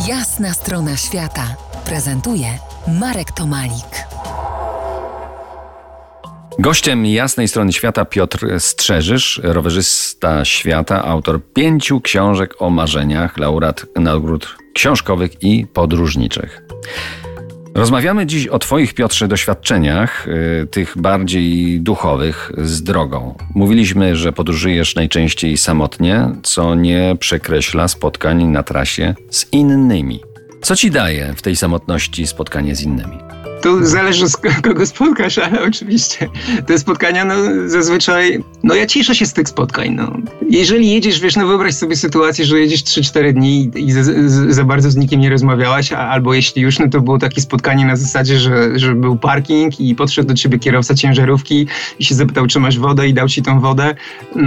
Jasna strona świata prezentuje Marek Tomalik. Gościem Jasnej Strony Świata Piotr Strzeżysz, rowerzysta świata, autor 5 książek o marzeniach, laureat nagród książkowych i podróżniczych. Rozmawiamy dziś o Twoich, Piotrze, doświadczeniach, tych bardziej duchowych, z drogą. Mówiliśmy, że podróżujesz najczęściej samotnie, co nie przekreśla spotkań na trasie z innymi. Co Ci daje w tej samotności spotkanie z innymi? To zależy, z kogo spotkasz, ale oczywiście te spotkania, zazwyczaj, ja cieszę się z tych spotkań, Jeżeli jedziesz, wyobraź sobie sytuację, że jedziesz 3-4 dni i za bardzo z nikim nie rozmawiałaś, albo jeśli już, to było takie spotkanie na zasadzie, że był parking i podszedł do ciebie kierowca ciężarówki i się zapytał, czy masz wodę i dał ci tą wodę,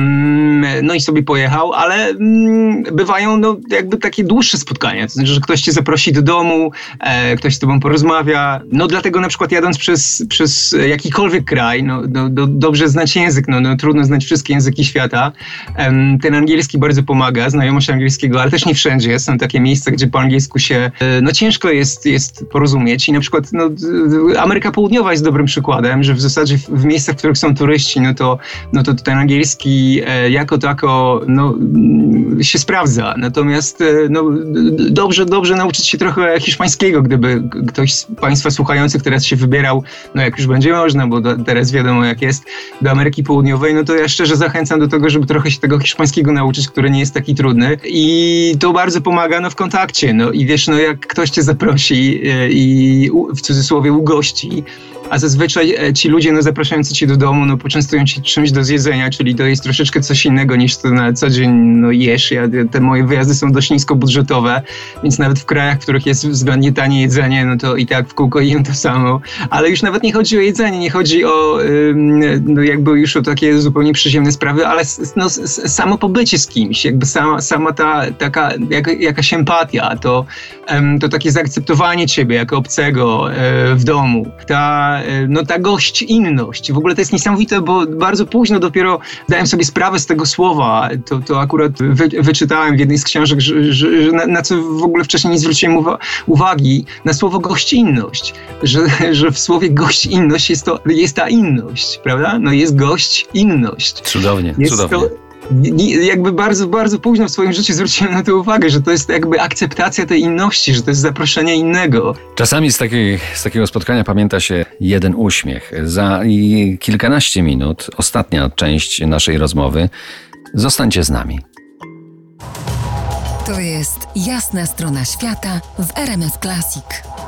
i sobie pojechał, ale bywają, jakby takie dłuższe spotkania, to znaczy, że ktoś cię zaprosi do domu, ktoś z tobą porozmawia, dlatego na przykład jadąc przez jakikolwiek kraj, dobrze znać język, trudno znać wszystkie języki świata. Ten angielski bardzo pomaga, znajomość angielskiego, ale też nie wszędzie. Są takie miejsca, gdzie po angielsku się ciężko jest porozumieć i na przykład Ameryka Południowa jest dobrym przykładem, że w zasadzie w miejscach, w których są turyści, to ten angielski jako tako się sprawdza. Natomiast dobrze nauczyć się trochę hiszpańskiego, gdyby ktoś z Państwa słuchających teraz się wybierał, jak już będzie można, bo teraz wiadomo jak jest, do Ameryki Południowej, to ja szczerze zachęcam do tego, żeby trochę się tego hiszpańskiego nauczyć, który nie jest taki trudny i to bardzo pomaga w kontakcie, i wiesz, jak ktoś cię zaprosi i w cudzysłowie ugości, a zazwyczaj ci ludzie zapraszający cię do domu poczęstują cię czymś do zjedzenia, czyli to jest troszeczkę coś innego niż to na co dzień jesz. Te moje wyjazdy są dość niskobudżetowe, więc nawet w krajach, w których jest względnie tanie jedzenie, to i tak w kółko jem to samo. Ale już nawet nie chodzi o jedzenie, nie chodzi o jakby już o takie zupełnie przyziemne sprawy, ale samo pobycie z kimś, jakby sama ta taka jakaś empatia, to takie zaakceptowanie ciebie jako obcego w domu, ta gościnność. W ogóle to jest niesamowite, bo bardzo późno dopiero dałem sobie sprawę z tego słowa. To akurat wyczytałem w jednej z książek, że na co w ogóle wcześniej nie zwróciłem uwagi, na słowo gościnność. Że w słowie gościnność jest ta inność, prawda? Jest gościnność. Cudownie. Jakby bardzo, bardzo późno w swoim życiu zwróciłem na to uwagę, że to jest jakby akceptacja tej inności, że to jest zaproszenie innego. Czasami z takiego spotkania pamięta się jeden uśmiech. Za kilkanaście minut, ostatnia część naszej rozmowy. Zostańcie z nami. To jest Jasna Strona Świata w RMF Classic.